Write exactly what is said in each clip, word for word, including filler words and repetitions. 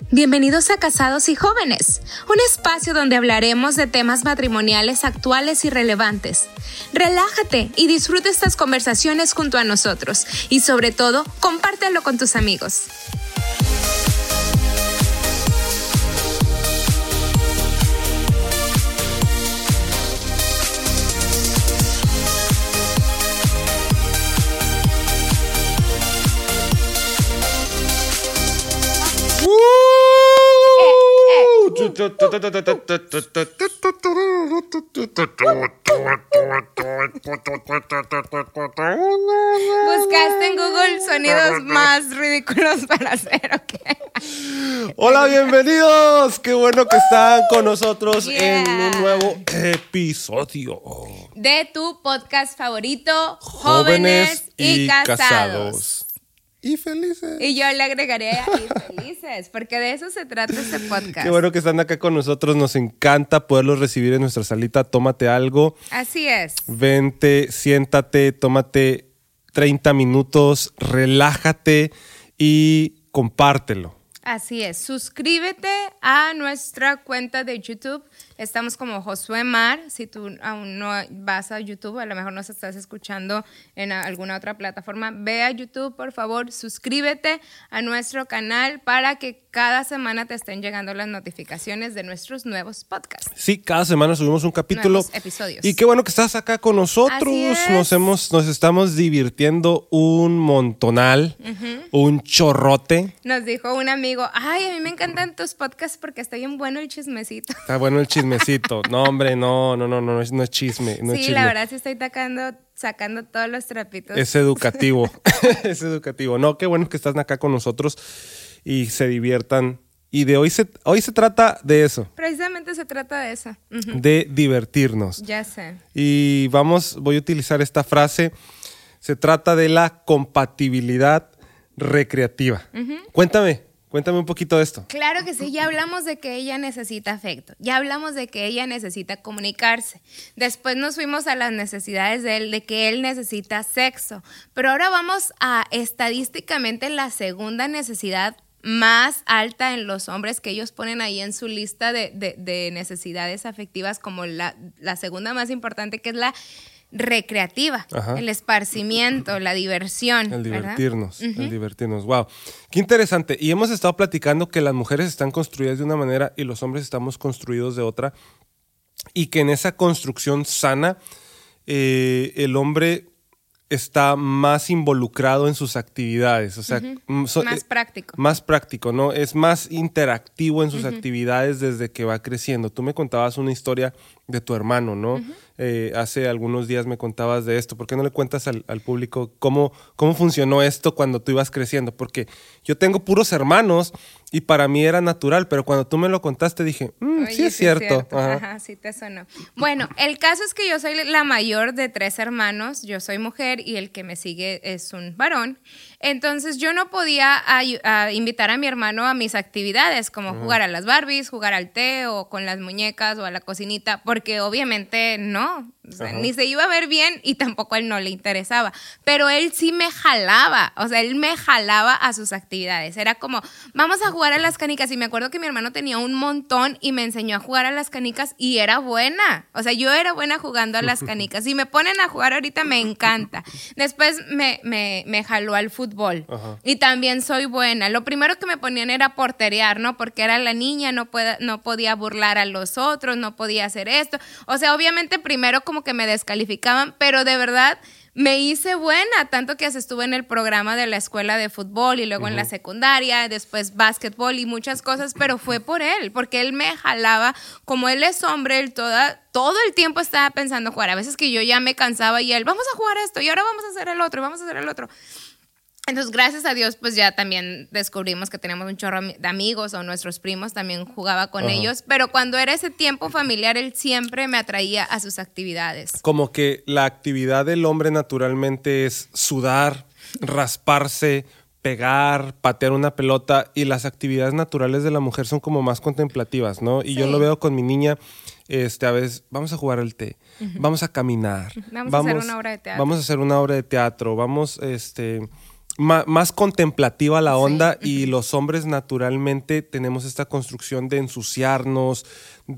Bienvenidos a Casados y Jóvenes, un espacio donde hablaremos de temas matrimoniales actuales y relevantes. Relájate y disfruta estas conversaciones junto a nosotros y sobre todo, compártelo con tus amigos. ¿Buscaste en Google sonidos más ridículos para hacer o qué? Hola, bienvenidos. Qué bueno que están con nosotros Yeah. en un nuevo episodio de tu podcast favorito, Jóvenes, y, casados. Y felices. Y yo le agregaría y felices, porque de eso se trata este podcast. Qué bueno que están acá con nosotros. Nos encanta poderlos recibir en nuestra salita. Tómate algo. Así es. Vente, siéntate, tómate treinta minutos, relájate y compártelo. Así es. Suscríbete a nuestra cuenta de YouTube. Estamos como Josué Mar. Si tú aún no vas a YouTube, a lo mejor nos estás escuchando en alguna otra plataforma, ve a YouTube, por favor, suscríbete a nuestro canal para que cada semana te estén llegando las notificaciones de nuestros nuevos podcasts. Sí, cada semana subimos un capítulo. Nuevos episodios. Y qué bueno que estás acá con nosotros. Así es. Nos hemos, nos estamos divirtiendo un montonal, uh-huh. un chorrote. Nos dijo un amigo, ay, a mí me encantan tus podcasts porque está bien bueno el chismecito. Está bueno el chismecito. No, hombre, no, no, no, no, no es, no es chisme. No sí, es chisme. La verdad sí estoy tacando, sacando todos los trapitos. Es educativo, es educativo. No, qué bueno que están acá con nosotros y se diviertan. Y de hoy se, hoy se trata de eso. Precisamente se trata de eso. Uh-huh. De divertirnos. Ya sé. Y vamos, voy a utilizar esta frase. Se trata de la compatibilidad recreativa. Uh-huh. Cuéntame. Cuéntame un poquito de esto. Claro que sí, ya hablamos de que ella necesita afecto, ya hablamos de que ella necesita comunicarse. Después nos fuimos a las necesidades de él, de que él necesita sexo. Pero ahora vamos a estadísticamente la segunda necesidad más alta en los hombres que ellos ponen ahí en su lista de, de, de necesidades afectivas como la, la segunda más importante, que es la recreativa. Ajá. El esparcimiento, la diversión. El divertirnos, uh-huh. el divertirnos. Wow, qué interesante. Y hemos estado platicando que las mujeres están construidas de una manera y los hombres estamos construidos de otra. Y que en esa construcción sana, eh, el hombre está más involucrado en sus actividades. O sea, uh-huh. so, más eh, práctico. Más práctico, ¿no? Es más interactivo en sus uh-huh. actividades desde que va creciendo. Tú me contabas una historia de tu hermano, ¿no? Uh-huh. Eh, hace algunos días me contabas de esto. ¿Por qué no le cuentas al, al público cómo, cómo funcionó esto cuando tú ibas creciendo? Porque yo tengo puros hermanos y para mí era natural, pero cuando tú me lo contaste dije, mm, Oye, sí es sí cierto. Es cierto. Ajá. Ajá, sí te sonó. Bueno, el caso es que yo soy la mayor de tres hermanos, yo soy mujer y el que me sigue es un varón. Entonces yo no podía ay- a invitar a mi hermano a mis actividades, como uh-huh. jugar a las Barbies, jugar al té o con las muñecas o a la cocinita, porque obviamente no, o sea, uh-huh. ni se iba a ver bien y tampoco a él no le interesaba. Pero él sí me jalaba, o sea, él me jalaba a sus actividades. Era como, vamos a jugar a las canicas. Y me acuerdo que mi hermano tenía un montón y me enseñó a jugar a las canicas y era buena. O sea, yo era buena jugando a las canicas. Si me ponen a jugar ahorita me encanta. Después me, me, me jaló al fútbol. Uh-huh. Y también soy buena. Lo primero que me ponían era porterear, ¿no? Porque era la niña, no, pueda, no podía burlar a los otros, no podía hacer esto. O sea, obviamente primero como que me descalificaban, pero de verdad me hice buena, tanto que estuve en el programa de la escuela de fútbol y luego uh-huh. en la secundaria, después básquetbol y muchas cosas, pero fue por él, porque él me jalaba, como él es hombre, él toda, todo el tiempo estaba pensando jugar, a veces que yo ya me cansaba y él, vamos a jugar esto y ahora vamos a hacer el otro, vamos a hacer el otro. Entonces, gracias a Dios, pues ya también descubrimos que teníamos un chorro de amigos o nuestros primos también jugaba con Ajá. ellos, pero cuando era ese tiempo familiar, él siempre me atraía a sus actividades. Como que la actividad del hombre naturalmente es sudar, rasparse, pegar, patear una pelota, y las actividades naturales de la mujer son como más contemplativas, ¿no? Y sí. yo lo veo con mi niña. Este, a veces, vamos a jugar al té, uh-huh. vamos a caminar, vamos, vamos a hacer una obra de teatro. Vamos a hacer una obra de teatro, vamos, este... ma- más contemplativa la onda Sí. y los hombres naturalmente tenemos esta construcción de ensuciarnos,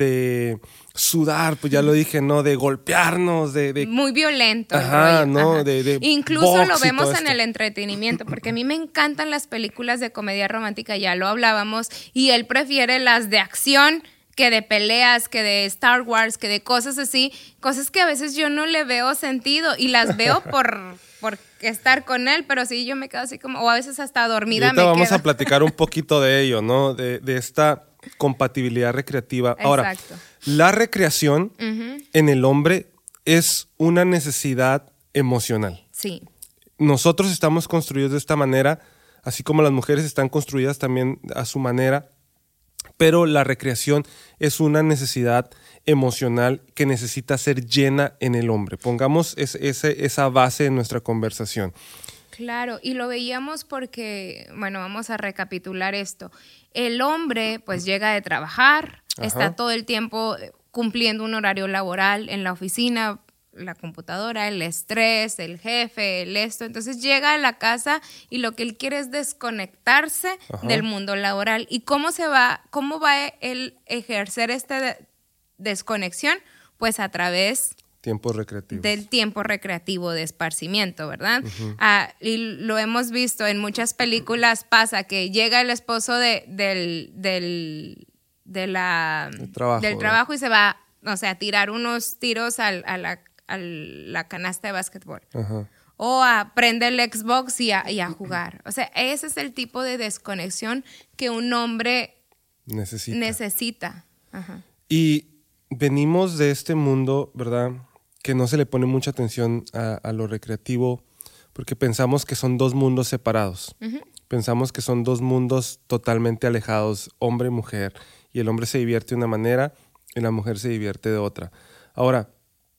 de sudar, pues ya lo dije, ¿no? De golpearnos, de... de Muy violento. el Ajá, rollo, ¿no? ajá. De- de Incluso box lo y vemos todo en esto. el entretenimiento, porque a mí me encantan las películas de comedia romántica, ya lo hablábamos, y él prefiere las de acción que de peleas, que de Star Wars, que de cosas así, cosas que a veces yo no le veo sentido y las veo por, por estar con él, pero sí yo me quedo así como, o a veces hasta Y dormida ahorita me vamos quedo. a platicar un poquito de ello, ¿no? De, de esta compatibilidad recreativa. Ahora, Exacto. la recreación Ujú. en el hombre es una necesidad emocional. Sí, Nosotros estamos construidos de esta manera, así como las mujeres están construidas también a su manera, pero la recreación es una necesidad emocional que necesita ser llena en el hombre. Pongamos es- ese- esa base en nuestra conversación. claro, y lo veíamos porque, bueno, vamos a recapitular esto. El hombre pues llega de trabajar, Ajá. está todo el tiempo cumpliendo un horario laboral en la oficina, la computadora, el estrés, el jefe, el esto. Entonces llega a la casa y lo que él quiere es desconectarse Ajá. del mundo laboral. ¿Y cómo se va, cómo va él ejercer esta de- desconexión? Pues a través Tiempos recreativos. del tiempo recreativo de esparcimiento, ¿verdad? Ah, y lo hemos visto en muchas películas, pasa que llega el esposo de, del, del, de la, Del trabajo, del ¿verdad? trabajo y se va, o sea, a tirar unos tiros al- a, la, a la canasta de básquetbol. Ajá. O a prender el Xbox y a, y a jugar. O sea, ese es el tipo de desconexión que un hombre Necesita. necesita. Ajá. Y venimos de este mundo, ¿verdad? Que no se le pone mucha atención a, a lo recreativo porque pensamos que son dos mundos separados. Pensamos que son dos mundos totalmente alejados, hombre y mujer. Y el hombre se divierte de una manera y la mujer se divierte de otra. Ahora,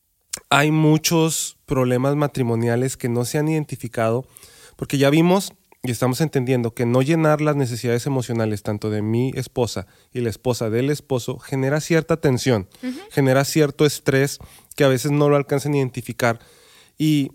hay muchos problemas matrimoniales que no se han identificado porque ya vimos y estamos entendiendo que no llenar las necesidades emocionales tanto de mi esposa y la esposa del esposo genera cierta tensión, genera cierto estrés que a veces no lo alcanzan a identificar. Y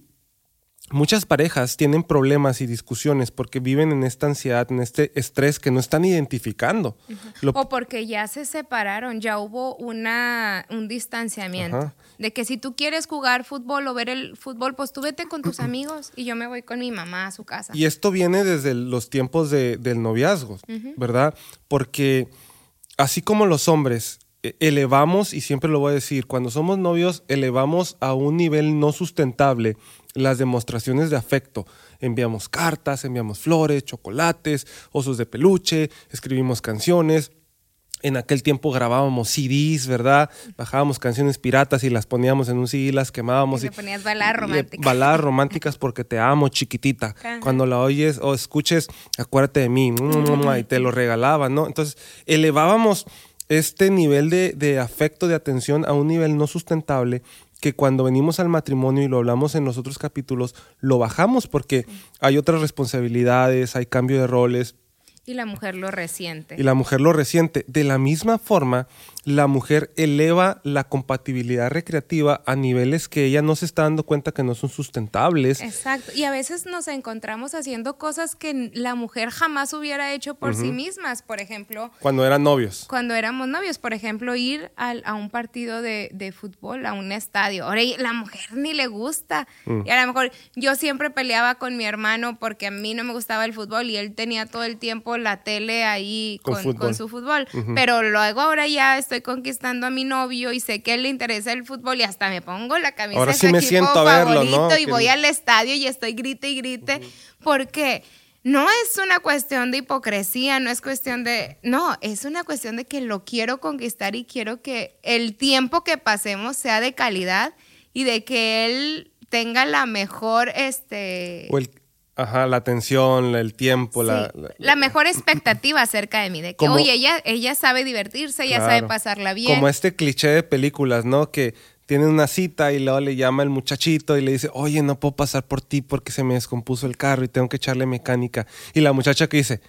muchas parejas tienen problemas y discusiones porque viven en esta ansiedad, en este estrés que no están identificando. Lo- O porque ya se separaron, ya hubo una, un distanciamiento. Ajá. De que si tú quieres jugar fútbol o ver el fútbol, pues tú vete con tus amigos y yo me voy con mi mamá a su casa. Y esto viene desde los tiempos de- del noviazgo, ¿verdad? Porque así como los hombres eh, elevamos, y siempre lo voy a decir, cuando somos novios elevamos a un nivel no sustentable las demostraciones de afecto. Enviamos cartas, enviamos flores, chocolates, osos de peluche, escribimos canciones. En aquel tiempo grabábamos C Ds, ¿verdad? Bajábamos canciones piratas y las poníamos en un C D, las Y quemábamos. le y- ponías baladas le- románticas. Baladas románticas porque te amo, chiquitita. Ajá. Cuando la oyes o escuches, acuérdate de mí. Y te lo regalaban, ¿no? Entonces, elevábamos este nivel de, de afecto, de atención a un nivel no sustentable que cuando venimos al matrimonio y lo hablamos en los otros capítulos, lo bajamos porque hay otras responsabilidades, hay cambio de roles. Y la mujer lo resiente. Y la mujer lo resiente. De la misma forma, la mujer eleva la compatibilidad recreativa a niveles que ella no se está dando cuenta que no son sustentables. Exacto. Y a veces nos encontramos haciendo cosas que la mujer jamás hubiera hecho por sí mismas. Por ejemplo, Cuando eran novios. cuando éramos novios, por ejemplo, ir al- a un partido de, de fútbol, a un estadio. Ahora y la mujer ni le gusta. Mm. Y a lo mejor yo siempre peleaba con mi hermano porque a mí no me gustaba el fútbol y él tenía todo el tiempo la tele ahí Con con, fútbol. con su fútbol. Pero luego ahora ya estoy conquistando a mi novio y sé que a él le interesa el fútbol y hasta me pongo la camisa Ahora de sí su me equipo siento a verlo, favorito ¿no? y Que- voy al estadio y estoy grite y grite. Porque no es una cuestión de hipocresía, no es cuestión de... No, es una cuestión de que lo quiero conquistar y quiero que el tiempo que pasemos sea de calidad y de que él tenga la mejor, este... O el, ajá, la atención, la- el tiempo, sí, la, la, la- mejor expectativa acerca de mí, de que, Como- oye, ella, ella sabe divertirse, ella Claro. sabe pasarla bien. Como este cliché de películas, ¿no? Que tienen una cita y luego le llama el muchachito y le dice, oye, no puedo pasar por ti porque se me descompuso el carro y tengo que echarle mecánica. Y la muchacha que dice,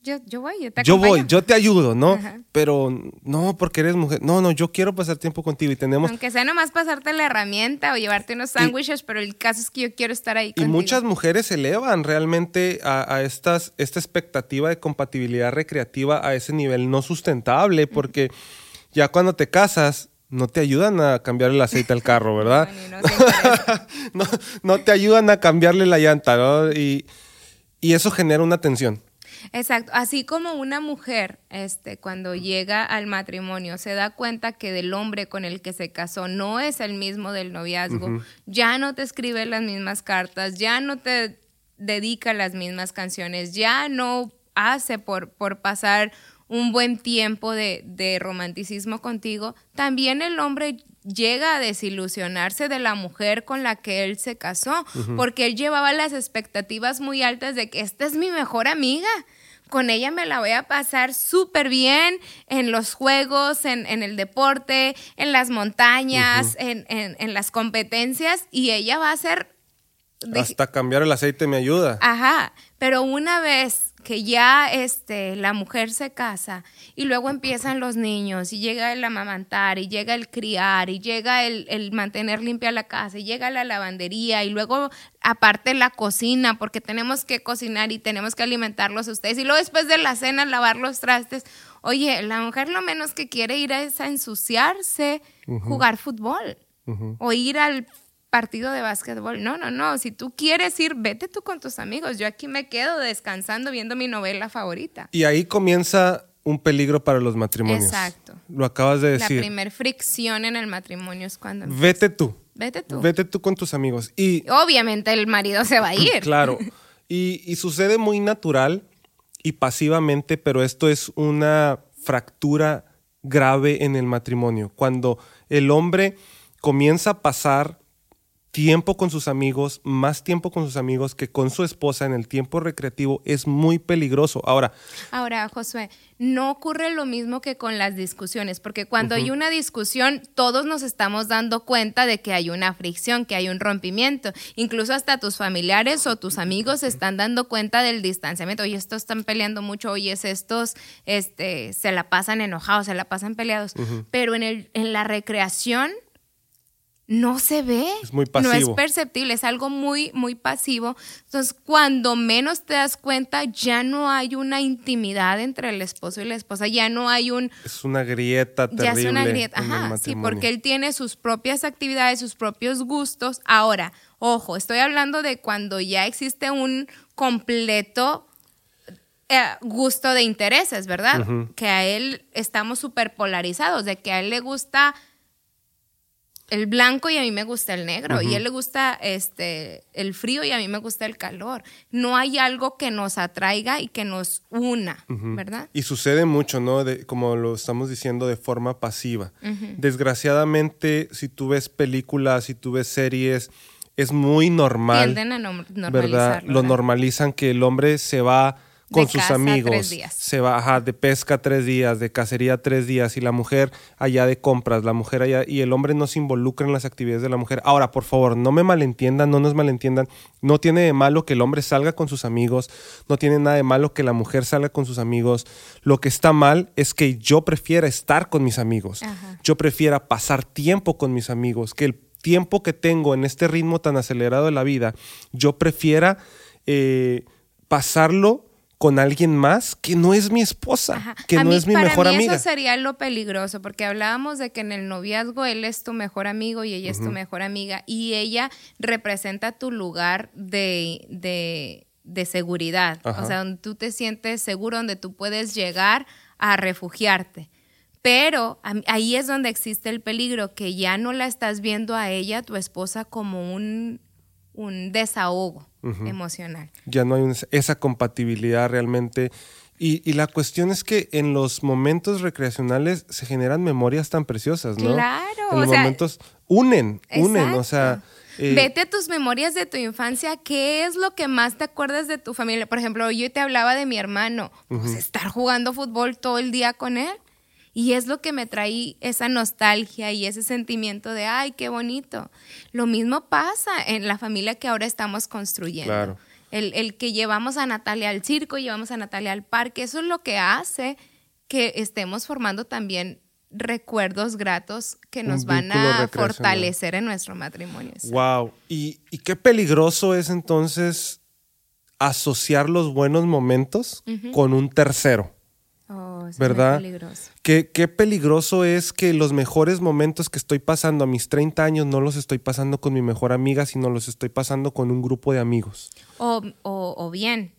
yo, yo voy, yo te Yo acompaño. voy, yo te ayudo, ¿no? Ajá. Pero no, porque eres mujer. No, no, yo quiero pasar tiempo contigo y tenemos... Aunque sea nomás pasarte la herramienta o llevarte unos sándwiches, pero el caso es que yo quiero estar ahí Y contigo. muchas mujeres elevan realmente a, a estas, esta expectativa de compatibilidad recreativa a ese nivel no sustentable, porque uh-huh. ya cuando te casas no te ayudan a cambiar el aceite al carro, ¿verdad? No, no, no, no te ayudan a cambiarle la llanta, ¿no? Y, y eso genera una tensión. Exacto, así como una mujer este, cuando llega al matrimonio se da cuenta que del hombre con el que se casó no es el mismo del noviazgo, uh-huh. ya no te escribe las mismas cartas, ya no te dedica las mismas canciones, ya no hace por, por pasar un buen tiempo de, de romanticismo contigo, también el hombre llega a desilusionarse de la mujer con la que él se casó, uh-huh. porque él llevaba las expectativas muy altas de que esta es mi mejor amiga, con ella me la voy a pasar súper bien en los juegos, en, en el deporte, en las montañas, uh-huh. en, en, en las competencias, y ella va a ser... De... Hasta cambiar el aceite me ayuda. Ajá, pero una vez que ya este, la mujer se casa y luego empiezan los niños y llega el amamantar y llega el criar y llega el, el mantener limpia la casa y llega la lavandería y luego aparte la cocina porque tenemos que cocinar y tenemos que alimentarlos a ustedes y luego después de la cena lavar los trastes. Oye, la mujer lo menos que quiere ir es a ensuciarse, uh-huh. jugar fútbol uh-huh. o ir al partido de básquetbol. No, no, no. Si tú quieres ir, vete tú con tus amigos. Yo aquí me quedo descansando viendo mi novela favorita. Y ahí comienza un peligro para los matrimonios. Exacto. Lo acabas de decir. La primer fricción en el matrimonio es cuando... Empieza. Vete tú. Vete tú. Vete tú con tus amigos. Y obviamente el marido se va a ir. Claro. Y, y sucede muy natural y pasivamente, pero esto es una fractura grave en el matrimonio. Cuando el hombre comienza a pasar tiempo con sus amigos, más tiempo con sus amigos que con su esposa en el tiempo recreativo, es muy peligroso. Ahora, Ahora, Josué, no ocurre lo mismo que con las discusiones, porque cuando uh-huh. hay una discusión, todos nos estamos dando cuenta de que hay una fricción, que hay un rompimiento. Incluso hasta tus familiares o tus amigos se están dando cuenta del distanciamiento. Oye, estos están peleando mucho, oye, estos este, se la pasan enojados, se la pasan peleados. Uh-huh. Pero en, el, en la recreación... no se ve, es muy pasivo. No es perceptible, es algo muy, muy pasivo. Entonces, cuando menos te das cuenta, ya no hay una intimidad entre el esposo y la esposa, ya no hay un... Es una grieta terrible. Ya es una grieta, ajá, sí, porque él tiene sus propias actividades, sus propios gustos. Ahora, ojo, estoy hablando de cuando ya existe un completo... Eh, gusto de intereses, ¿verdad? Uh-huh. Que a él estamos súper polarizados, de que a él le gusta... el blanco y a mí me gusta el negro, uh-huh. y a él le gusta este, el frío y a mí me gusta el calor. No hay algo que nos atraiga y que nos una, uh-huh. ¿verdad? Y sucede mucho, ¿no? De, como lo estamos diciendo, de forma pasiva. Uh-huh. Desgraciadamente, si tú ves películas, si tú ves series, es muy normal. Tienden a no, normalizarlo. ¿verdad? Lo ¿verdad? normalizan que el hombre se va... con de sus casa, amigos, tres días. se va ajá, de pesca tres días, de cacería tres días y la mujer allá de compras, la mujer allá y el hombre no se involucra en las actividades de la mujer. Ahora, por favor, no me malentiendan, no nos malentiendan, no tiene de malo que el hombre salga con sus amigos, no tiene nada de malo que la mujer salga con sus amigos. Lo que está mal es que yo prefiera estar con mis amigos, ajá. yo prefiera pasar tiempo con mis amigos, que el tiempo que tengo en este ritmo tan acelerado de la vida, yo prefiera eh, pasarlo con alguien más que no es mi esposa, Ajá. que a no mí, es mi para mejor mí amiga. Eso sería lo peligroso, porque hablábamos de que en el noviazgo él es tu mejor amigo y ella uh-huh. es tu mejor amiga y ella representa tu lugar de, de, de seguridad, Ajá. o sea, donde tú te sientes seguro, donde tú puedes llegar a refugiarte. Pero ahí es donde existe el peligro, que ya no la estás viendo a ella, tu esposa, como un, un desahogo uh-huh. emocional. Ya no hay un, esa compatibilidad realmente. Y, y la cuestión es que en los momentos recreacionales se generan memorias tan preciosas, ¿no? Claro. En los o sea, momentos unen, unen, exacto. o sea... Eh, Vete a tus memorias de tu infancia. ¿Qué es lo que más te acuerdas de tu familia? Por ejemplo, yo te hablaba de mi hermano. Uh-huh. Pues estar jugando fútbol todo el día con él. Y es lo que me trae esa nostalgia y ese sentimiento de, ay, qué bonito. Lo mismo pasa en la familia que ahora estamos construyendo. Claro. El, el que llevamos a Natalia al circo, llevamos a Natalia al parque, eso es lo que hace que estemos formando también recuerdos gratos que nos van a fortalecer en nuestro matrimonio. Wow. ¿Y, y qué peligroso es entonces asociar los buenos momentos uh-huh. con un tercero? Oh, eso ¿verdad? Es muy peligroso. ¿Qué, qué peligroso es que los mejores momentos que estoy pasando a mis treinta años no los estoy pasando con mi mejor amiga, sino los estoy pasando con un grupo de amigos. O, o, o bien,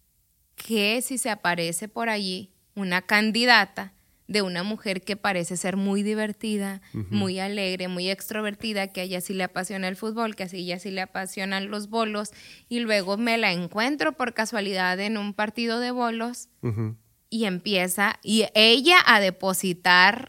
que si se aparece por allí una candidata de una mujer que parece ser muy divertida, uh-huh. muy alegre, muy extrovertida, que a ella sí le apasiona el fútbol, que a ella sí le apasionan los bolos, y luego me la encuentro por casualidad en un partido de bolos, uh-huh. y empieza, y ella a depositar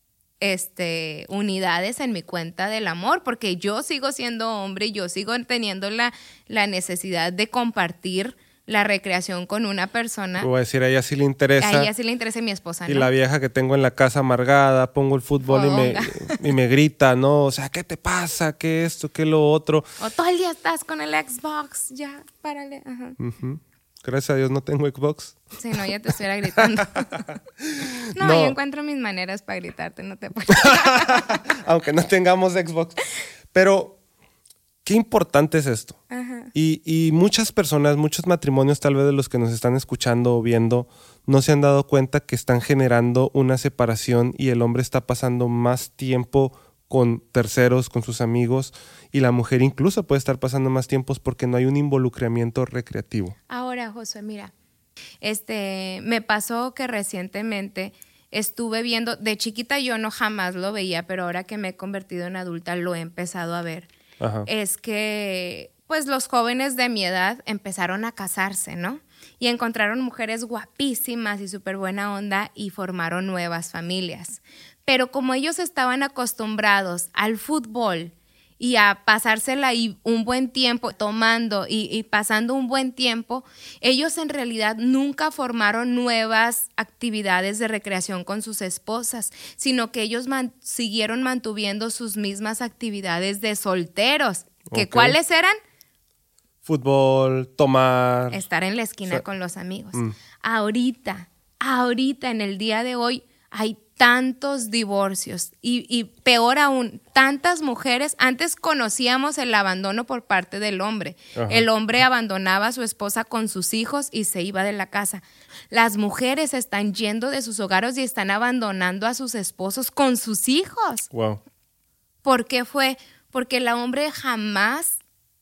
este, unidades en mi cuenta del amor, porque yo sigo siendo hombre y yo sigo teniendo la, la necesidad de compartir la recreación con una persona. Te voy a decir, a ella sí le interesa. A ella sí le interesa, mi esposa, ¿no? Y la vieja que tengo en la casa amargada, pongo el fútbol y me, y me grita, ¿no? O sea, ¿qué te pasa? ¿Qué esto? ¿Qué lo otro? O todo el día estás con el Xbox, ya, párale. Ajá. Uh-huh. Gracias a Dios no tengo Xbox. Sí, no, ya te estuviera gritando. no, no, yo encuentro mis maneras para gritarte, no te puedo. Aunque no tengamos Xbox. Pero qué importante es esto. Ajá. Y, y muchas personas, muchos matrimonios tal vez de los que nos están escuchando o viendo, no se han dado cuenta que están generando una separación y el hombre está pasando más tiempo con terceros, con sus amigos, y la mujer incluso puede estar pasando más tiempos porque no hay un involucramiento recreativo. Ahora, Josué, mira, este, me pasó que recientemente estuve viendo, de chiquita yo no jamás lo veía, pero ahora que me he convertido en adulta lo he empezado a ver. Ajá. Es que pues los jóvenes de mi edad empezaron a casarse, ¿no? Y encontraron mujeres guapísimas y súper buena onda y formaron nuevas familias. Pero como ellos estaban acostumbrados al fútbol y a pasársela ahí un buen tiempo tomando y, y pasando un buen tiempo, ellos en realidad nunca formaron nuevas actividades de recreación con sus esposas, sino que ellos man- siguieron mantuviendo sus mismas actividades de solteros. ¿Que okay. ¿Cuáles eran? Fútbol, tomar. Estar en la esquina, o sea, con los amigos. Mm. Ahorita, ahorita en el día de hoy hay tantos divorcios y, y peor aún, tantas mujeres. Antes conocíamos el abandono por parte del hombre. Ajá. El hombre abandonaba a su esposa con sus hijos y se iba de la casa. Las mujeres están yendo de sus hogares y están abandonando a sus esposos con sus hijos. Wow. ¿Por qué fue? Porque el hombre jamás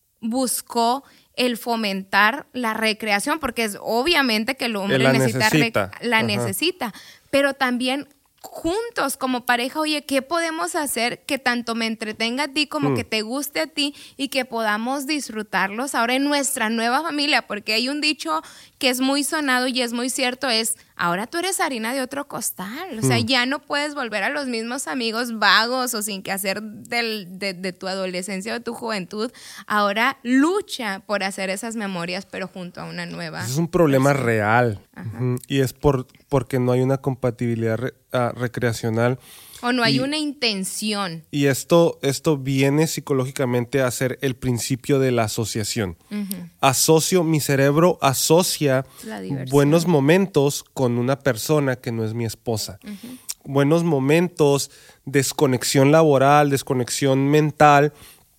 buscó el fomentar la recreación, porque es obviamente que el hombre la necesita, necesita. Rec- la Ajá. necesita, pero también juntos como pareja, oye, ¿qué podemos hacer que tanto me entretenga a ti como mm. que te guste a ti y que podamos disfrutarlos ahora en nuestra nueva familia? Porque hay un dicho que es muy sonado y es muy cierto, es, ahora tú eres harina de otro costal, o sea, mm. ya no puedes volver a los mismos amigos vagos o sin que hacer del, de, de tu adolescencia o de tu juventud. Ahora lucha por hacer esas memorias, pero junto a una nueva. Es un problema persona. real. Uh-huh. Y es por, porque no hay una compatibilidad re, uh, recreacional. O no hay y, una intención. Y esto, esto viene psicológicamente a ser el principio de la asociación. Uh-huh. Asocio, mi cerebro asocia buenos momentos con una persona que no es mi esposa. Uh-huh. Buenos momentos, desconexión laboral, desconexión mental,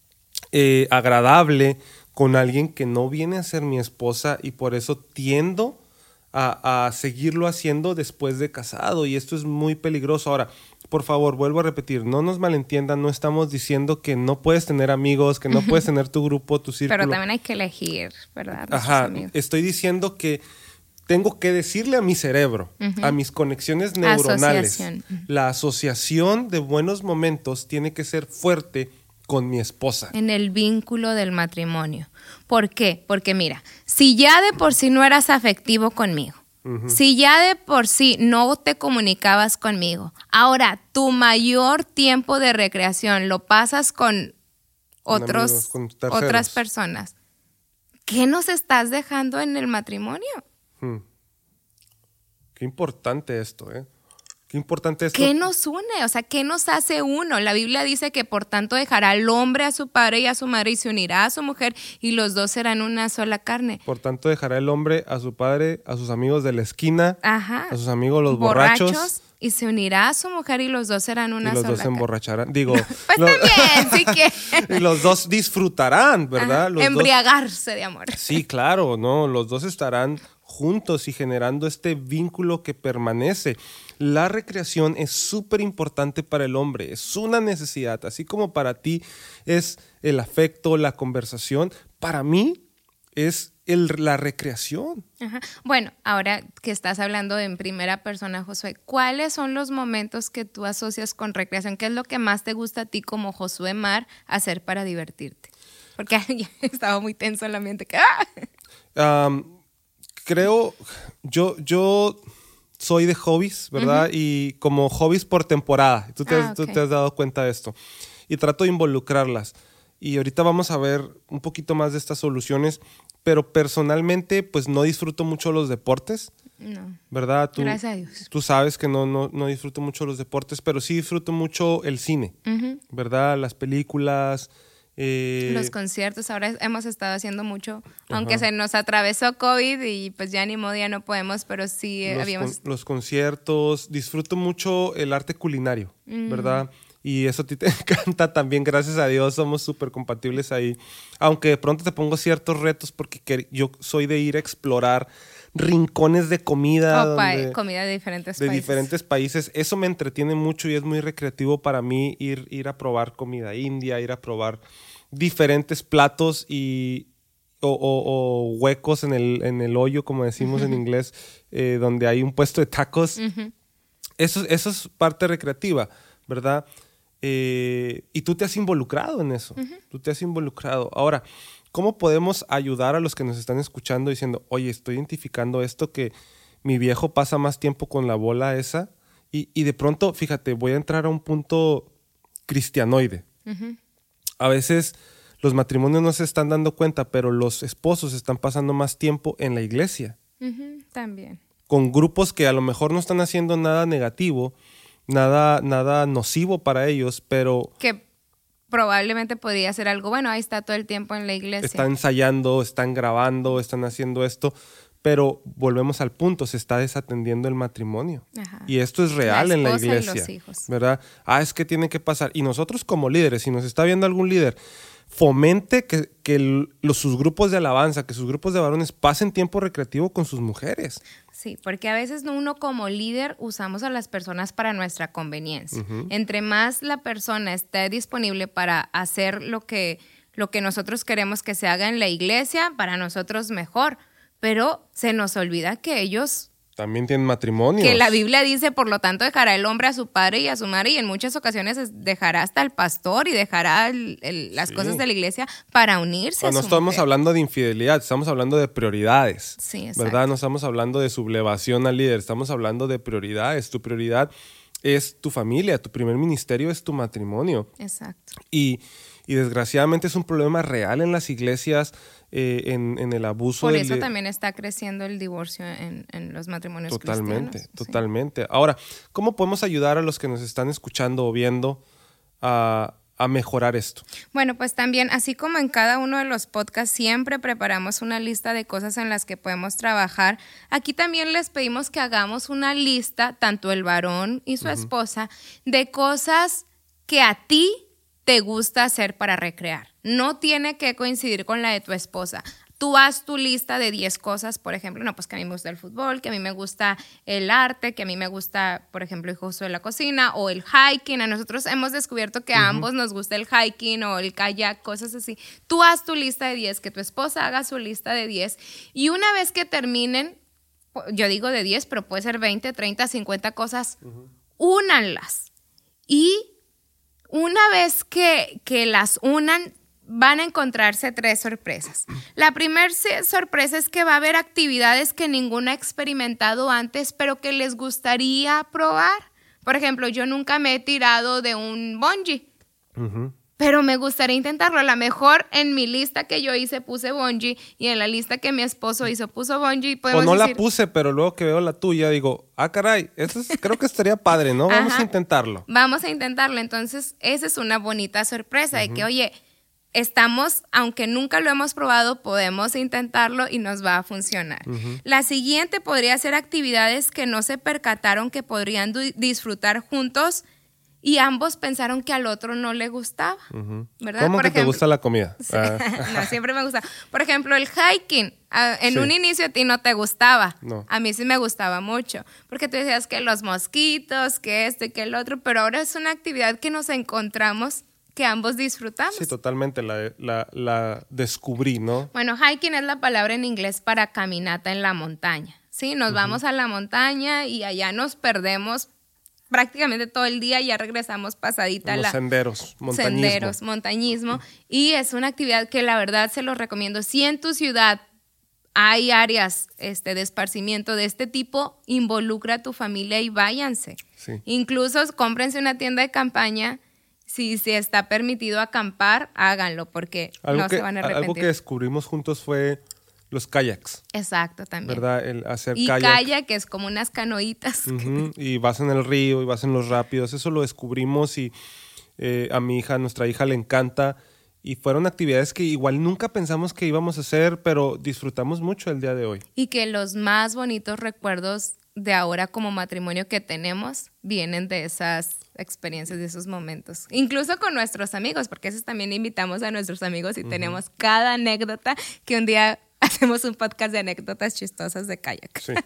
eh, agradable, con alguien que no viene a ser mi esposa, y por eso tiendo a, a seguirlo haciendo después de casado, y esto es muy peligroso. Ahora, por favor, vuelvo a repetir, no nos malentiendan, no estamos diciendo que no puedes tener amigos, que no puedes tener tu grupo, tu círculo. Pero también hay que elegir, ¿verdad? Ajá, estoy diciendo que tengo que decirle a mi cerebro, uh-huh. a mis conexiones neuronales, asociación. La asociación de buenos momentos tiene que ser fuerte con mi esposa. En el vínculo del matrimonio. ¿Por qué? Porque mira, si ya de por sí no eras afectivo conmigo, uh-huh. si ya de por sí no te comunicabas conmigo, ahora tu mayor tiempo de recreación lo pasas con otros, con amigos, con otras personas, ¿qué nos estás dejando en el matrimonio? Hmm. Qué importante esto, ¿eh? Qué importante esto. ¿Qué nos une? O sea, ¿qué nos hace uno? La Biblia dice que por tanto dejará al hombre a su padre y a su madre y se unirá a su mujer y los dos serán una sola carne. Por tanto dejará el hombre a su padre, a sus amigos de la esquina, Ajá. a sus amigos los borrachos. borrachos y se unirá a su mujer y los dos serán una y los sola dos se carne. emborracharán. Digo, Pues los, también, sí que. y los dos disfrutarán, ¿verdad? Ajá, Los embriagarse de amor. dos, sí, claro, ¿no? Los dos estarán juntos y generando este vínculo que permanece. La recreación es súper importante para el hombre, es una necesidad, así como para ti es el afecto, la conversación, para mí es el, la recreación. Ajá. Bueno, ahora que estás hablando en primera persona, Josué, ¿cuáles son los momentos que tú asocias con recreación? ¿Qué es lo que más te gusta a ti como Josué Mar hacer para divertirte? Porque ya estaba muy tenso el ambiente. ¡Ah! Um, creo, yo, yo soy de hobbies, ¿verdad? Uh-huh. Y como hobbies por temporada. Tú te, ah, has, okay. tú te has dado cuenta de esto. Y trato de involucrarlas. Y ahorita vamos a ver un poquito más de estas soluciones, pero personalmente pues no disfruto mucho los deportes, no. ¿verdad? Tú, Gracias a Dios. Tú sabes que no, no, no disfruto mucho los deportes, pero sí disfruto mucho el cine, uh-huh. ¿verdad? Las películas. Eh... Los conciertos, ahora hemos estado haciendo mucho, Ajá. aunque se nos atravesó COVID y pues ya ni modo, ya no podemos, pero sí eh, los habíamos... Con, los conciertos, disfruto mucho el arte culinario, uh-huh. ¿verdad? Y eso a ti te encanta también, gracias a Dios, somos súper compatibles ahí. Aunque de pronto te pongo ciertos retos porque yo soy de ir a explorar rincones de comida. Oh, pa- donde, comida de diferentes de países. diferentes países. Eso me entretiene mucho y es muy recreativo para mí ir, ir a probar comida india, ir a probar diferentes platos y... O, o, o huecos en el, en el hoyo, como decimos uh-huh. en inglés, eh, donde hay un puesto de tacos. Uh-huh. Eso, eso es parte recreativa, ¿verdad? Eh, y tú te has involucrado en eso, uh-huh. tú te has involucrado. Ahora, ¿cómo podemos ayudar a los que nos están escuchando diciendo, oye, estoy identificando esto que mi viejo pasa más tiempo con la bola esa? Y, y de pronto, fíjate, voy a entrar a un punto cristianoide. Uh-huh. A veces los matrimonios no se están dando cuenta, pero los esposos están pasando más tiempo en la iglesia. Uh-huh. También. Con grupos que a lo mejor no están haciendo nada negativo, Nada, nada nocivo para ellos, pero... Que probablemente podría ser algo bueno. Ahí está todo el tiempo en la iglesia. Están ensayando, están grabando, están haciendo esto, pero volvemos al punto, se está desatendiendo el matrimonio. Ajá. Y esto es real la en la iglesia. Y los hijos. ¿Verdad? Ah, es que tiene que pasar. Y nosotros como líderes, si nos está viendo algún líder, fomente que, que el, los, sus grupos de alabanza, que sus grupos de varones pasen tiempo recreativo con sus mujeres. Sí, porque a veces uno como líder usamos a las personas para nuestra conveniencia. Uh-huh. Entre más la persona esté disponible para hacer lo que, lo que nosotros queremos que se haga en la iglesia, para nosotros mejor. Pero se nos olvida que ellos... También tienen matrimonios. Que la Biblia dice, por lo tanto, dejará el hombre a su padre y a su madre, y en muchas ocasiones dejará hasta al pastor y dejará el, el, las sí. cosas de la iglesia para unirse bueno, a su No estamos mujer. hablando de infidelidad, estamos hablando de prioridades. Sí, exacto. ¿Verdad? No estamos hablando de sublevación al líder, estamos hablando de prioridades. Tu prioridad es tu familia, tu primer ministerio es tu matrimonio. Exacto. Y, y desgraciadamente es un problema real en las iglesias, eh, en, en el abuso. Por del, eso también está creciendo el divorcio en, en los matrimonios totalmente, cristianos. Totalmente. Sí. Ahora, ¿cómo podemos ayudar a los que nos están escuchando o viendo a, a mejorar esto? Bueno, pues también, así como en cada uno de los podcasts siempre preparamos una lista de cosas en las que podemos trabajar, aquí también les pedimos que hagamos una lista, tanto el varón y su uh-huh. esposa, de cosas que a ti te gusta hacer para recrear. No tiene que coincidir con la de tu esposa. Tú haz tu lista de diez cosas, por ejemplo, no, pues que a mí me gusta el fútbol, que a mí me gusta el arte, que a mí me gusta, por ejemplo, el juego de la cocina o el hiking. A nosotros hemos descubierto que a uh-huh. ambos nos gusta el hiking o el kayak, cosas así. Tú haz tu lista de diez, que tu esposa haga su lista de diez, y una vez que terminen, yo digo de diez, pero puede ser veinte, treinta, cincuenta cosas, uh-huh. únanlas. Y una vez que, que las unan, van a encontrarse tres sorpresas. La primera sorpresa es que va a haber actividades que ninguno ha experimentado antes, pero que les gustaría probar. Por ejemplo, yo nunca me he tirado de un bungee. Uh-huh. pero me gustaría intentarlo. A lo mejor en mi lista que yo hice puse bungee y en la lista que mi esposo hizo puso bungee. O no decir, la puse, pero luego que veo la tuya digo, ah, caray, eso es, creo que estaría padre, ¿no? Vamos Ajá, a intentarlo. Vamos a intentarlo. Entonces, esa es una bonita sorpresa uh-huh. de que, oye, estamos, aunque nunca lo hemos probado, podemos intentarlo y nos va a funcionar. Uh-huh. La siguiente podría ser actividades que no se percataron que podrían du- disfrutar juntos y ambos pensaron que al otro no le gustaba, uh-huh. ¿verdad? ¿Cómo Por que ejemplo, te gusta la comida? Sí, ah. No, siempre me gusta. Por ejemplo, el hiking. Uh, en sí. un inicio a ti no te gustaba. No. A mí sí me gustaba mucho. Porque tú decías que los mosquitos, que esto y que el otro. Pero ahora es una actividad que nos encontramos que ambos disfrutamos. Sí, totalmente. La, la, la descubrí, ¿no? Bueno, hiking es la palabra en inglés para caminata en la montaña. Sí, nos uh-huh. vamos a la montaña y allá nos perdemos prácticamente todo el día, ya regresamos pasadita a los la... senderos, montañismo. Senderos, montañismo. Y es una actividad que la verdad se los recomiendo. Si en tu ciudad hay áreas este, de esparcimiento de este tipo, involucra a tu familia y váyanse. Sí. Incluso cómprense una tienda de campaña. Si, si está permitido acampar, háganlo, porque algo no que, se van a arrepentir. Algo que descubrimos juntos fue los kayaks. Exacto, también. ¿Verdad? El hacer y kayak. kayak, que es como unas canoitas. Uh-huh. Y vas en el río y vas en los rápidos. Eso lo descubrimos y eh, a mi hija, a nuestra hija le encanta. Y fueron actividades que igual nunca pensamos que íbamos a hacer, pero disfrutamos mucho el día de hoy. Y que los más bonitos recuerdos de ahora como matrimonio que tenemos vienen de esas experiencias, de esos momentos. Incluso con nuestros amigos, porque a veces también invitamos a nuestros amigos y uh-huh. tenemos cada anécdota que un día hacemos un podcast de anécdotas chistosas de kayak. Sí.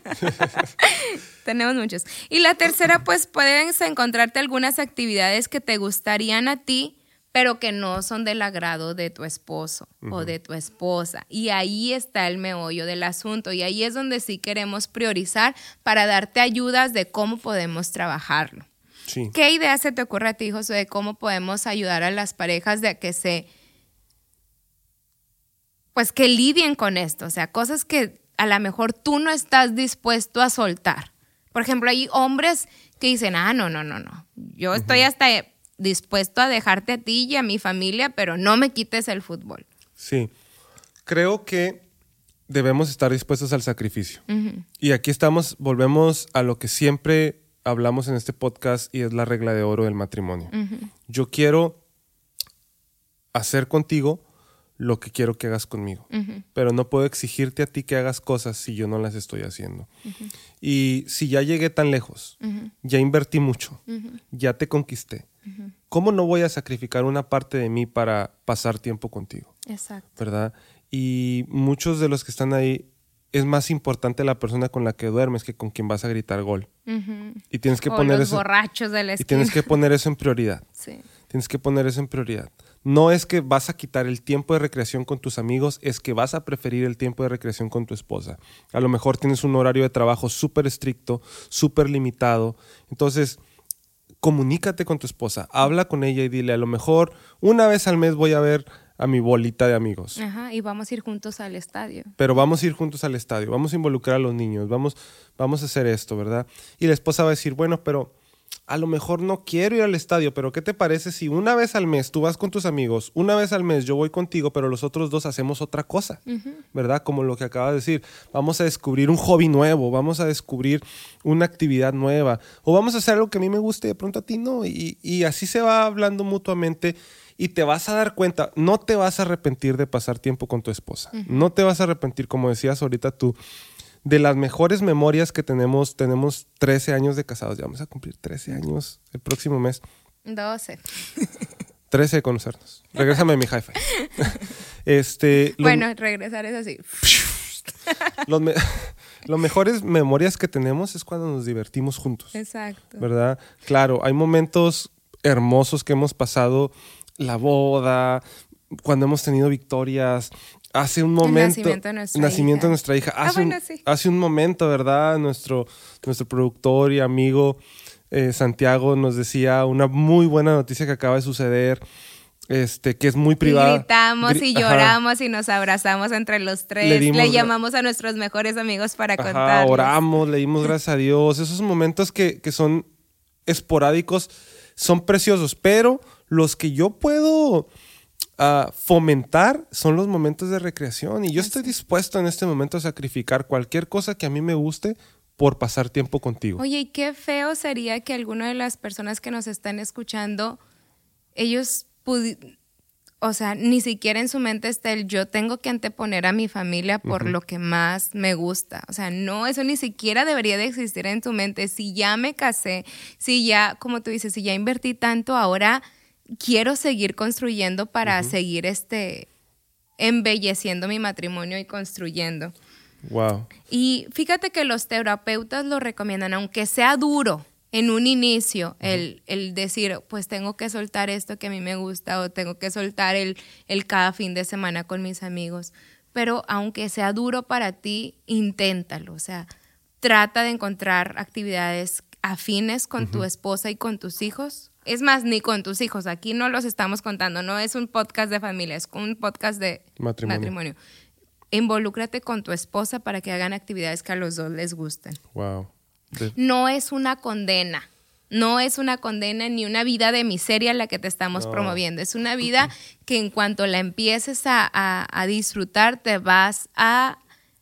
Tenemos muchos. Y la tercera, pues puedes encontrarte algunas actividades que te gustarían a ti, pero que no son del agrado de tu esposo uh-huh. o de tu esposa. Y ahí está el meollo del asunto. Y ahí es donde sí queremos priorizar para darte ayudas de cómo podemos trabajarlo. Sí. ¿Qué idea se te ocurre a ti, Josué, de cómo podemos ayudar a las parejas de que se... pues que lidien con esto? O sea, cosas que a lo mejor tú no estás dispuesto a soltar. Por ejemplo, hay hombres que dicen, ah, no, no, no, no. Yo uh-huh. estoy hasta... dispuesto a dejarte a ti y a mi familia, pero no me quites el fútbol. Sí, creo que debemos estar dispuestos al sacrificio. Uh-huh. Y aquí estamos, volvemos a lo que siempre hablamos en este podcast y es la regla de oro del matrimonio. Uh-huh. Yo quiero hacer contigo lo que quiero que hagas conmigo, uh-huh. pero no puedo exigirte a ti que hagas cosas si yo no las estoy haciendo. Uh-huh. Y si ya llegué tan lejos, uh-huh. ya invertí mucho, uh-huh. ya te conquisté, uh-huh. ¿cómo no voy a sacrificar una parte de mí para pasar tiempo contigo? Exacto. ¿Verdad? Y muchos de los que están ahí, es más importante la persona con la que duermes que con quien vas a gritar gol. Uh-huh. Y tienes que o poner los eso, borrachos de la esquina. Y tienes que poner eso en prioridad. Sí. Tienes que poner eso en prioridad. No es que vas a quitar el tiempo de recreación con tus amigos, es que vas a preferir el tiempo de recreación con tu esposa. A lo mejor tienes un horario de trabajo súper estricto, súper limitado. Entonces, comunícate con tu esposa, habla con ella y dile, a lo mejor una vez al mes voy a ver a mi bolita de amigos. Ajá, y vamos a ir juntos al estadio. Pero vamos a ir juntos al estadio, vamos a involucrar a los niños, vamos, vamos a hacer esto, ¿verdad? Y la esposa va a decir, bueno, pero a lo mejor no quiero ir al estadio, pero ¿qué te parece si una vez al mes tú vas con tus amigos, una vez al mes yo voy contigo, pero los otros dos hacemos otra cosa, uh-huh. ¿verdad? Como lo que acaba de decir, vamos a descubrir un hobby nuevo, vamos a descubrir una actividad nueva, o vamos a hacer algo que a mí me guste y de pronto a ti no, y, y así se va hablando mutuamente y te vas a dar cuenta, no te vas a arrepentir de pasar tiempo con tu esposa, uh-huh. no te vas a arrepentir, como decías ahorita tú, de las mejores memorias que tenemos. Tenemos trece años de casados, ya vamos a cumplir trece años el próximo mes. doce. trece de conocernos. Regrésame mi hi-fi. este, bueno, lo, regresar es así. Los me, Las mejores memorias que tenemos es cuando nos divertimos juntos. Exacto. ¿Verdad? Claro, hay momentos hermosos que hemos pasado, la boda, cuando hemos tenido victorias. Hace un momento... El nacimiento de nuestra nacimiento hija. De nuestra hija. Hace, ah, bueno, un, sí. hace un momento, ¿verdad? Nuestro, nuestro productor y amigo eh, Santiago nos decía una muy buena noticia que acaba de suceder, este, que es muy privada. Y gritamos Gri- y lloramos Ajá. y nos abrazamos entre los tres. Le, dimos, le llamamos a nuestros mejores amigos para Ajá, contarles. Oramos, le dimos gracias a Dios. Esos momentos que, que son esporádicos, son preciosos, pero los que yo puedo uh, fomentar son los momentos de recreación. Y yo estoy dispuesto en este momento a sacrificar cualquier cosa que a mí me guste por pasar tiempo contigo. Oye, y qué feo sería que alguna de las personas que nos están escuchando, ellos pudieran... O sea, ni siquiera en su mente está el yo tengo que anteponer a mi familia por uh-huh. lo que más me gusta. O sea, no, eso ni siquiera debería de existir en tu mente. Si ya me casé, si ya, como tú dices, si ya invertí tanto, ahora quiero seguir construyendo para uh-huh. seguir este, embelleciendo mi matrimonio y construyendo. Wow. Y fíjate que los terapeutas lo recomiendan, aunque sea duro. En un inicio, uh-huh. el, el decir, pues tengo que soltar esto que a mí me gusta o tengo que soltar el, el cada fin de semana con mis amigos. Pero aunque sea duro para ti, inténtalo. O sea, trata de encontrar actividades afines con uh-huh. tu esposa y con tus hijos. Es más, ni con tus hijos. Aquí no los estamos contando. No es un podcast de familia, es un podcast de matrimonio. matrimonio. Involúcrate con tu esposa para que hagan actividades que a los dos les gusten. Wow. De... No es una condena, no es una condena ni una vida de miseria la que te estamos no. promoviendo. Es una vida que en cuanto la empieces a, a, a disfrutar te vas a,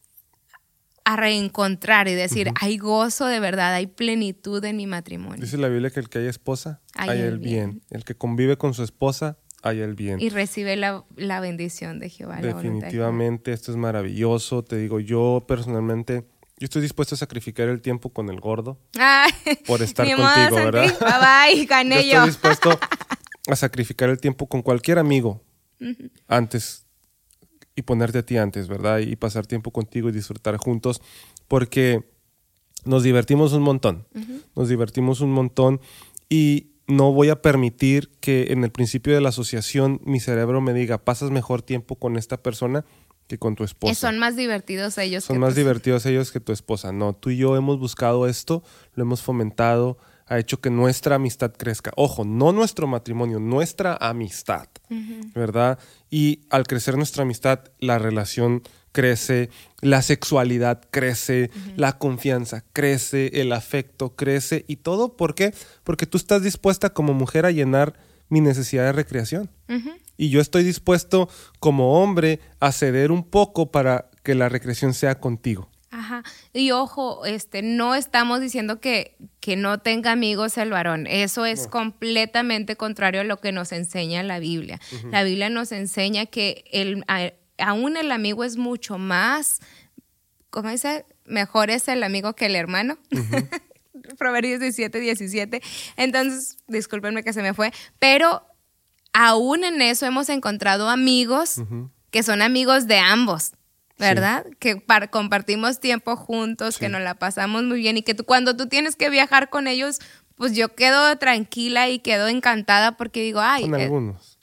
a reencontrar y decir, uh-huh. hay gozo de verdad, hay plenitud en mi matrimonio. Dice la Biblia que el que haya esposa, hay, hay el bien. bien. El que convive con su esposa, hay el bien. Y recibe la, la bendición de Jehová. Definitivamente, esto es maravilloso. Te digo, yo personalmente... Yo estoy dispuesto a sacrificar el tiempo con el gordo Ay, por estar mi contigo, modo, ¿verdad? Bye bye, gané yo. Yo estoy dispuesto a sacrificar el tiempo con cualquier amigo uh-huh. antes y ponerte a ti antes, ¿verdad? Y pasar tiempo contigo y disfrutar juntos porque nos divertimos un montón. Uh-huh. Nos divertimos un montón y no voy a permitir que en el principio de la asociación mi cerebro me diga, pasas mejor tiempo con esta persona que con tu esposa. Son más divertidos ellos. Son que más tu... divertidos ellos que tu esposa. No, tú y yo hemos buscado esto, lo hemos fomentado, ha hecho que nuestra amistad crezca. Ojo, no nuestro matrimonio, nuestra amistad, uh-huh. ¿verdad? Y al crecer nuestra amistad, la relación crece, la sexualidad crece, uh-huh. la confianza crece, el afecto crece y todo, ¿por qué? Porque tú estás dispuesta como mujer a llenar mi necesidad de recreación. Uh-huh. Y yo estoy dispuesto como hombre a ceder un poco para que la recreación sea contigo. Ajá. Y ojo, este, no estamos diciendo que, que no tenga amigos el varón. Eso es no. completamente contrario a lo que nos enseña la Biblia. Uh-huh. La Biblia nos enseña que el, a, aún el amigo es mucho más, ¿cómo dice? Mejor es el amigo que el hermano. Uh-huh. Proverbios diecisiete, diecisiete. Entonces, discúlpenme que se me fue, pero aún en eso hemos encontrado amigos uh-huh. que son amigos de ambos, ¿verdad? Sí. Que par- compartimos tiempo juntos, sí. que nos la pasamos muy bien y que tú, cuando tú tienes que viajar con ellos, pues yo quedo tranquila y quedo encantada porque digo, ay... Con eh, algunos.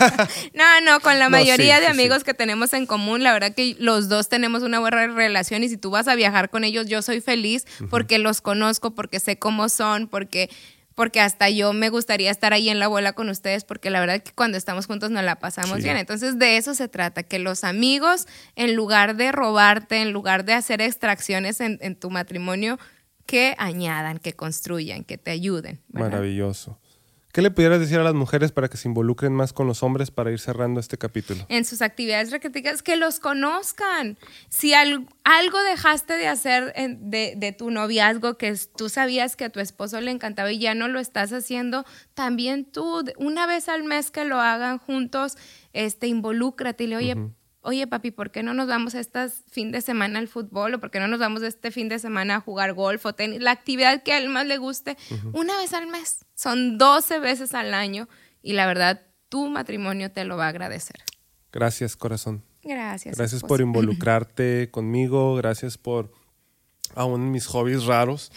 no, no, con la no, mayoría sí, de sí, amigos sí. que tenemos en común, la verdad que los dos tenemos una buena relación y si tú vas a viajar con ellos, yo soy feliz uh-huh. porque los conozco, porque sé cómo son, porque... porque hasta yo me gustaría estar ahí en la bola con ustedes, porque la verdad que cuando estamos juntos nos la pasamos sí. bien. Entonces, de eso se trata, que los amigos, en lugar de robarte, en lugar de hacer extracciones en, en tu matrimonio, que añadan, que construyan, que te ayuden, ¿verdad? Maravilloso. ¿Qué le pudieras decir a las mujeres para que se involucren más con los hombres para ir cerrando este capítulo? En sus actividades recreativas, que los conozcan. Si al, algo dejaste de hacer en, de, de tu noviazgo, que tú sabías que a tu esposo le encantaba y ya no lo estás haciendo, también tú, una vez al mes que lo hagan juntos, este, involúcrate y le, oye, uh-huh. oye papi, ¿por qué no nos vamos este fin de semana al fútbol? ¿O por qué no nos vamos este fin de semana a jugar golf o tenis? La actividad que a él más le guste, uh-huh. una vez al mes. Son doce veces al año y la verdad, tu matrimonio te lo va a agradecer. Gracias, corazón. Gracias. Gracias esposa. por involucrarte conmigo. Gracias por, aún en mis hobbies raros,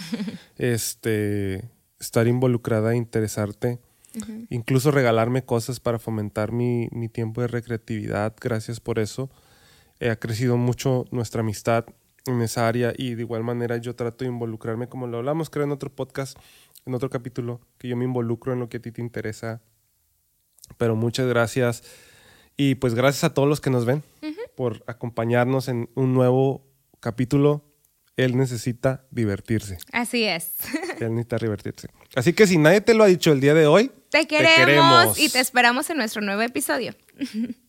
este, estar involucrada e interesarte. Uh-huh. Incluso regalarme cosas para fomentar mi, mi tiempo de recreatividad. Gracias por eso. Eh, ha crecido mucho nuestra amistad en esa área y de igual manera yo trato de involucrarme, como lo hablamos creo en otro podcast, en otro capítulo, que yo me involucro en lo que a ti te interesa. Pero muchas gracias y pues gracias a todos los que nos ven uh-huh. por acompañarnos en un nuevo capítulo. Él necesita divertirse. Así es. Él necesita divertirse. Así que si nadie te lo ha dicho el día de hoy, te queremos, te queremos. Y te esperamos en nuestro nuevo episodio.